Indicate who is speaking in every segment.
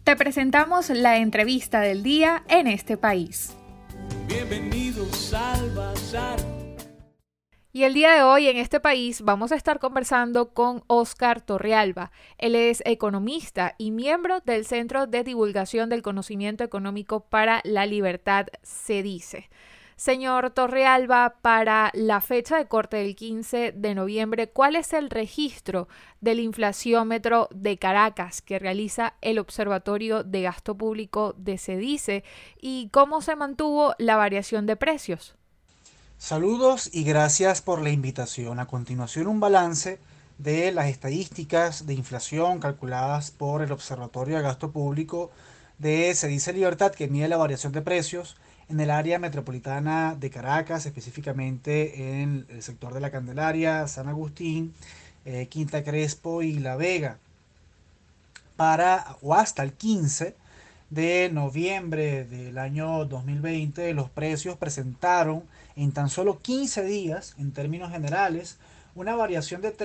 Speaker 1: Te presentamos la entrevista del día en este país.
Speaker 2: Bienvenidos al Bazar.
Speaker 1: Y el día de hoy en este país vamos a estar conversando con Óscar Torrealba. Él es economista y miembro del Centro de Divulgación del Conocimiento Económico para la Libertad, CEDICE. Señor Torrealba, para la fecha de corte del 15 de noviembre, ¿cuál es el registro del inflaciómetro de Caracas que realiza el Observatorio de Gasto Público de CEDICE y cómo se mantuvo la variación de precios?
Speaker 3: Saludos y gracias por la invitación. A continuación, un balance de las estadísticas de inflación calculadas por el Observatorio de Gasto Público de CEDICE Libertad, que mide la variación de precios en el área metropolitana de Caracas, específicamente en el sector de La Candelaria, San Agustín, Quinta Crespo y La Vega, para o hasta el 15 de noviembre del año 2020, los precios presentaron en tan solo 15 días, en términos generales, una variación de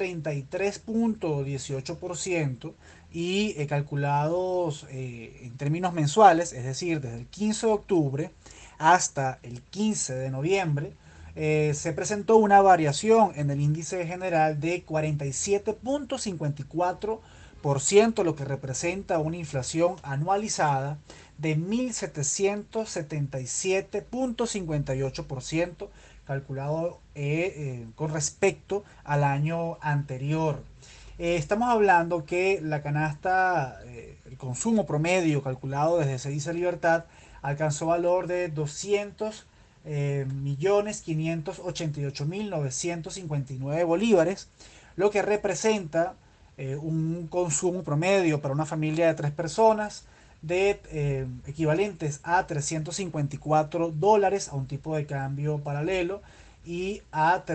Speaker 3: 33.18% y calculados en términos mensuales, es decir, desde el 15 de octubre hasta el 15 de noviembre, se presentó una variación en el índice general de 47.54%, lo que representa una inflación anualizada de 1.777.58%, calculado con respecto al año anterior. Estamos hablando que la canasta, el consumo promedio calculado desde CEDICE Libertad, alcanzó valor de 200.588.959 bolívares, lo que representa un consumo promedio para una familia de 3 personas de equivalentes a $354 a un tipo de cambio paralelo y a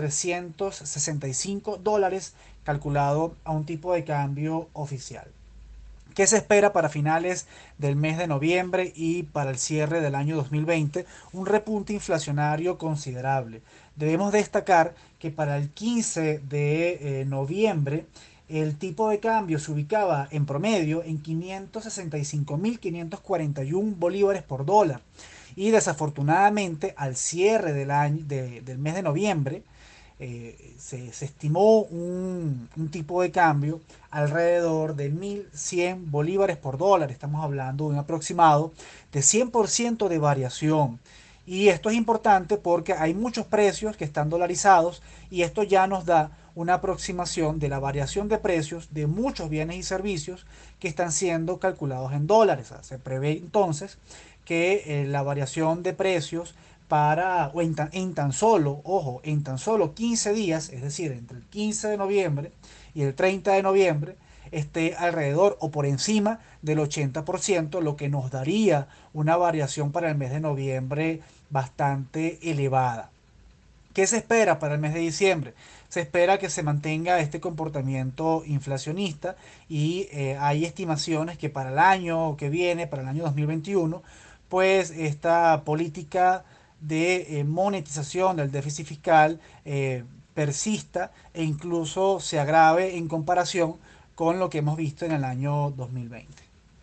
Speaker 3: $365 calculado a un tipo de cambio oficial. ¿Qué se espera para finales del mes de noviembre y para el cierre del año 2020? Un repunte inflacionario considerable. Debemos destacar que para el 15 de noviembre el tipo de cambio se ubicaba en promedio en 565.541 bolívares por dólar. Y desafortunadamente al cierre del mes de noviembre, se estimó un tipo de cambio alrededor de 1.100 bolívares por dólar. Estamos hablando de un aproximado de 100% de variación. Y esto es importante porque hay muchos precios que están dolarizados y esto ya nos da una aproximación de la variación de precios de muchos bienes y servicios que están siendo calculados en dólares. O sea, se prevé entonces que la variación de precios en tan solo, ojo, en tan solo 15 días, es decir, entre el 15 de noviembre y el 30 de noviembre, esté alrededor o por encima del 80%, lo que nos daría una variación para el mes de noviembre bastante elevada. ¿Qué se espera para el mes de diciembre? Se espera que se mantenga este comportamiento inflacionista y hay estimaciones que para el año que viene, para el año 2021, pues esta política de monetización del déficit fiscal persista e incluso se agrave en comparación con lo que hemos visto en el año 2020.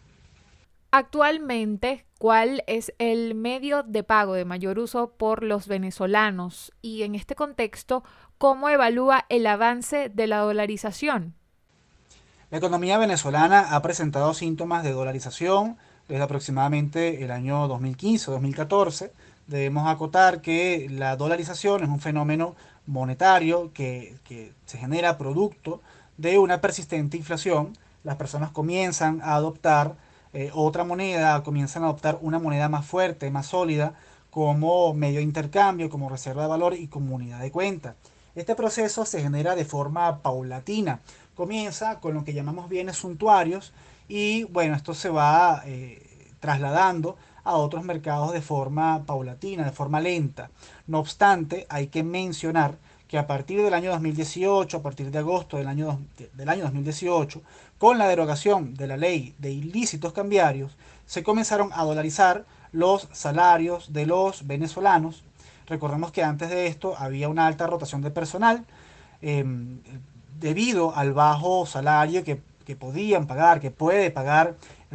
Speaker 1: Actualmente, ¿cuál es el medio de pago de mayor uso por los venezolanos? Y en este contexto, ¿cómo evalúa el avance de la dolarización?
Speaker 3: La economía venezolana ha presentado síntomas de dolarización desde aproximadamente el año 2015-2014. Debemos acotar que la dolarización es un fenómeno monetario que se genera producto de una persistente inflación. Las personas comienzan a adoptar otra moneda, comienzan a adoptar una moneda más fuerte, más sólida, como medio de intercambio, como reserva de valor y como unidad de cuenta. Este proceso se genera de forma paulatina. Comienza con lo que llamamos bienes suntuarios y bueno, esto se va trasladando a otros mercados de forma paulatina, de forma lenta. No obstante, hay que mencionar que a partir del año 2018, a partir de agosto del año 2018, con la derogación de la ley de ilícitos cambiarios, se comenzaron a dolarizar los salarios de los venezolanos. Recordemos que antes de esto había una alta rotación de personal eh, debido al bajo salario que podían pagar, que puede pagar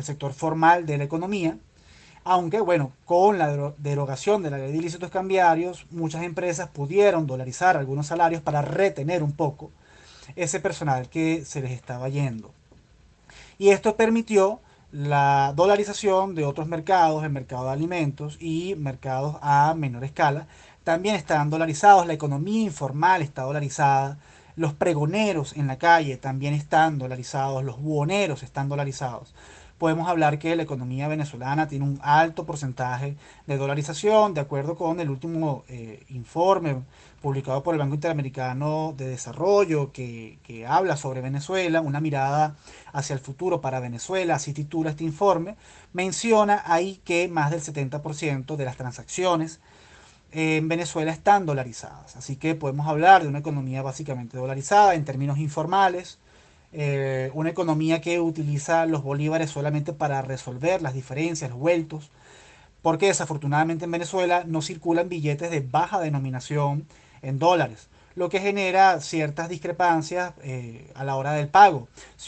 Speaker 3: el sector formal de la economía, aunque bueno, con la derogación de la ley de ilícitos cambiarios, muchas empresas pudieron dolarizar algunos salarios para retener un poco ese personal que se les estaba yendo. Y esto permitió la dolarización de otros mercados, el mercado de alimentos y mercados a menor escala. También están dolarizados, la economía informal está dolarizada, los pregoneros en la calle también están dolarizados, los buhoneros están dolarizados. Podemos hablar que la economía venezolana tiene un alto porcentaje de dolarización, de acuerdo con el último informe publicado por el Banco Interamericano de Desarrollo, que habla sobre Venezuela, una mirada hacia el futuro para Venezuela, así titula este informe. Menciona ahí que más del 70% de las transacciones en Venezuela están dolarizadas. Así que podemos hablar de una economía básicamente dolarizada en términos informales, una economía que utiliza los bolívares solamente para resolver las diferencias, los vueltos, porque desafortunadamente en Venezuela no circulan billetes de baja denominación en dólares, lo que genera ciertas discrepancias a la hora del pago.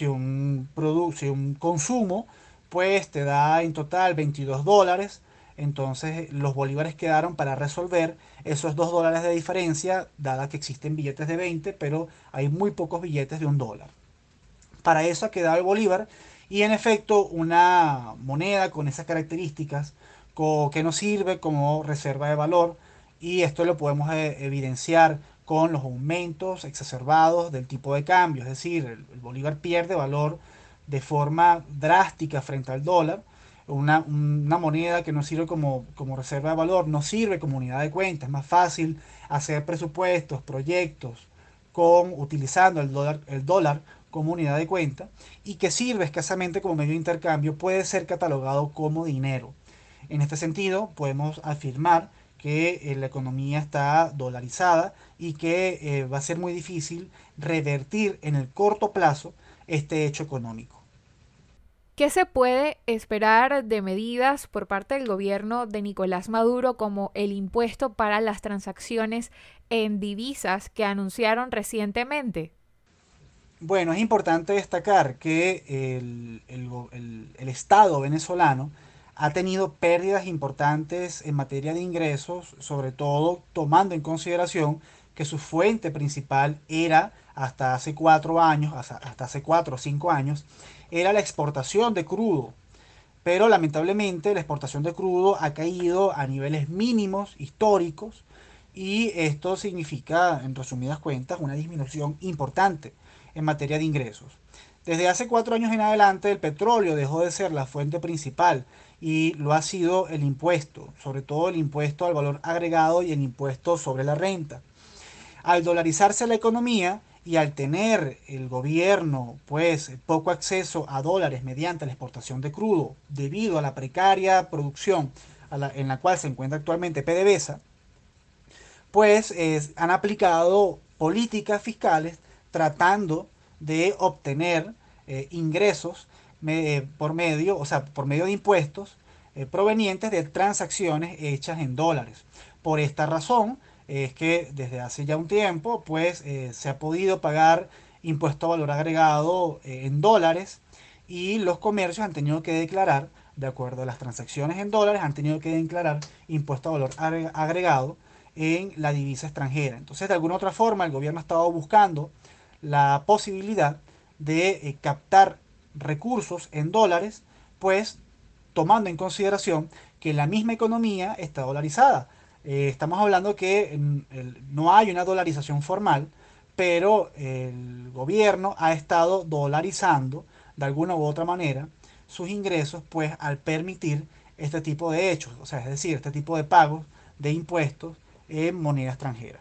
Speaker 3: Si un consumo pues te da en total 22 dólares, entonces los bolívares quedaron para resolver esos 2 dólares de diferencia, dada que existen billetes de 20, pero hay muy pocos billetes de $1. Para eso ha quedado el bolívar y en efecto una moneda con esas características que nos sirve como reserva de valor, y esto lo podemos evidenciar con los aumentos exacerbados del tipo de cambio, es decir, el bolívar pierde valor de forma drástica frente al dólar. Una moneda que no sirve como reserva de valor, no sirve como unidad de cuenta. Es más fácil hacer presupuestos, proyectos utilizando el dólar como unidad de cuenta, y que sirve escasamente como medio de intercambio, puede ser catalogado como dinero. En este sentido, podemos afirmar que la economía está dolarizada y que va a ser muy difícil revertir en el corto plazo este hecho económico.
Speaker 1: ¿Qué se puede esperar de medidas por parte del gobierno de Nicolás Maduro como el impuesto para las transacciones en divisas que anunciaron recientemente?
Speaker 3: Bueno, es importante destacar que el Estado venezolano ha tenido pérdidas importantes en materia de ingresos, sobre todo tomando en consideración que su fuente principal era hasta hace 4 años, hasta hace 4 o 5 años, era la exportación de crudo. Pero lamentablemente la exportación de crudo ha caído a niveles mínimos históricos, y esto significa, en resumidas cuentas, una disminución importante en materia de ingresos. Desde hace 4 años en adelante el petróleo dejó de ser la fuente principal y lo ha sido el impuesto, sobre todo el impuesto al valor agregado y el impuesto sobre la renta. Al dolarizarse la economía y al tener el gobierno pues poco acceso a dólares mediante la exportación de crudo debido a la precaria producción en la cual se encuentra actualmente PDVSA, pues han aplicado políticas fiscales tratando de obtener ingresos por medio de impuestos provenientes de transacciones hechas en dólares. Por esta razón es que desde hace ya un tiempo pues se ha podido pagar impuesto a valor agregado en dólares, y los comercios han tenido que declarar, de acuerdo a las transacciones en dólares, han tenido que declarar impuesto a valor agregado en la divisa extranjera. Entonces, de alguna otra forma, el gobierno ha estado buscando la posibilidad de captar recursos en dólares, pues tomando en consideración que la misma economía está dolarizada. Estamos hablando que no hay una dolarización formal, pero el gobierno ha estado dolarizando de alguna u otra manera sus ingresos, pues al permitir este tipo de hechos, o sea, es decir, este tipo de pagos de impuestos en moneda extranjera.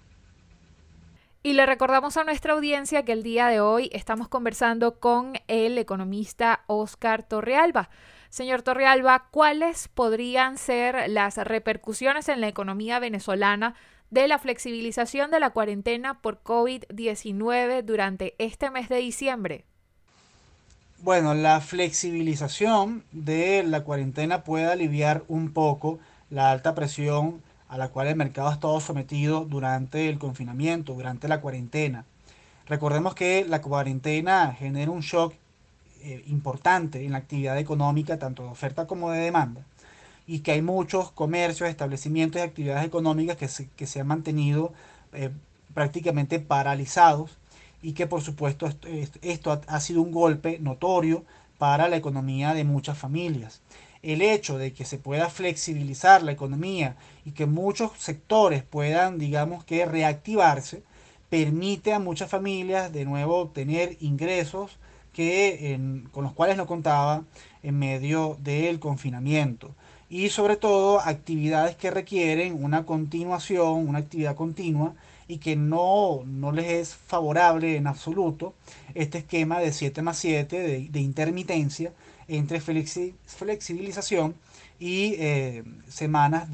Speaker 1: Y le recordamos a nuestra audiencia que el día de hoy estamos conversando con el economista Óscar Torrealba. Señor Torrealba, ¿cuáles podrían ser las repercusiones en la economía venezolana de la flexibilización de la cuarentena por COVID-19 durante este mes de diciembre?
Speaker 3: Bueno, la flexibilización de la cuarentena puede aliviar un poco la alta presión a la cual el mercado ha estado sometido durante el confinamiento, durante la cuarentena. Recordemos que la cuarentena genera un shock importante en la actividad económica, tanto de oferta como de demanda, y que hay muchos comercios, establecimientos y actividades económicas que se han mantenido eh, prácticamente paralizados, y que por supuesto esto ha sido un golpe notorio para la economía de muchas familias. El hecho de que se pueda flexibilizar la economía y que muchos sectores puedan, digamos que, reactivarse, permite a muchas familias de nuevo obtener ingresos con los cuales no contaba en medio del confinamiento, y sobre todo actividades que requieren una continuación, una actividad continua, y que no les es favorable en absoluto este esquema de 7 más 7 de intermitencia entre flexibilización y semanas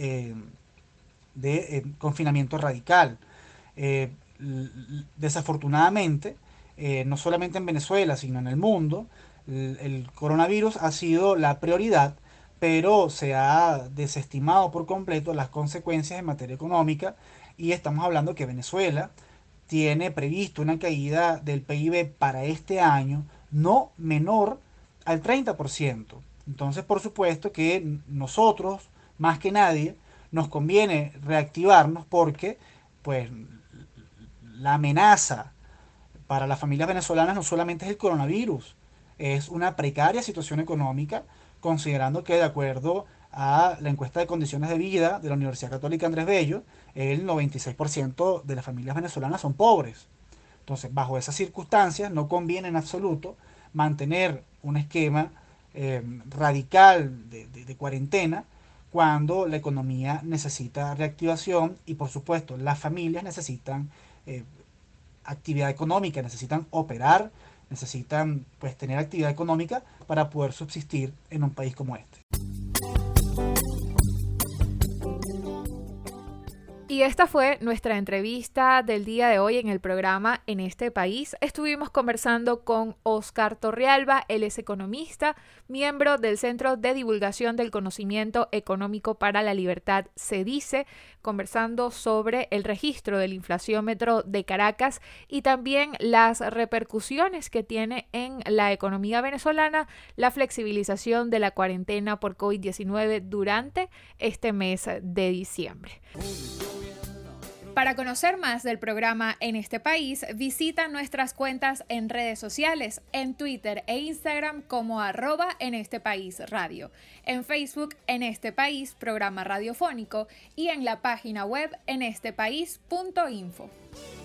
Speaker 3: de confinamiento radical. Eh, Desafortunadamente, no solamente en Venezuela, sino en el mundo, el coronavirus ha sido la prioridad, pero se ha desestimado por completo las consecuencias en materia económica, y estamos hablando que Venezuela tiene previsto una caída del PIB para este año no menor al 30%. Entonces, por supuesto que nosotros, más que nadie, nos conviene reactivarnos, porque pues la amenaza para las familias venezolanas no solamente es el coronavirus, es una precaria situación económica, considerando que de acuerdo a la encuesta de condiciones de vida de la Universidad Católica Andrés Bello, el 96% de las familias venezolanas son pobres. Entonces, bajo esas circunstancias, no conviene en absoluto mantener un esquema radical de cuarentena, cuando la economía necesita reactivación y, por supuesto, las familias necesitan eh, actividad económica, necesitan operar, necesitan pues tener actividad económica para poder subsistir en un país como este.
Speaker 1: Y esta fue nuestra entrevista del día de hoy en el programa En este País. Estuvimos conversando con Óscar Torrealba. Él es economista, miembro del Centro de Divulgación del Conocimiento Económico para la Libertad, CEDICE, conversando sobre el registro del inflaciómetro de Caracas y también las repercusiones que tiene en la economía venezolana la flexibilización de la cuarentena por COVID-19 durante este mes de diciembre. Para conocer más del programa En este País, visita nuestras cuentas en redes sociales, en Twitter e Instagram como @enestepaisradio, en Facebook En este País, programa radiofónico, y en la página web enestepaís.info.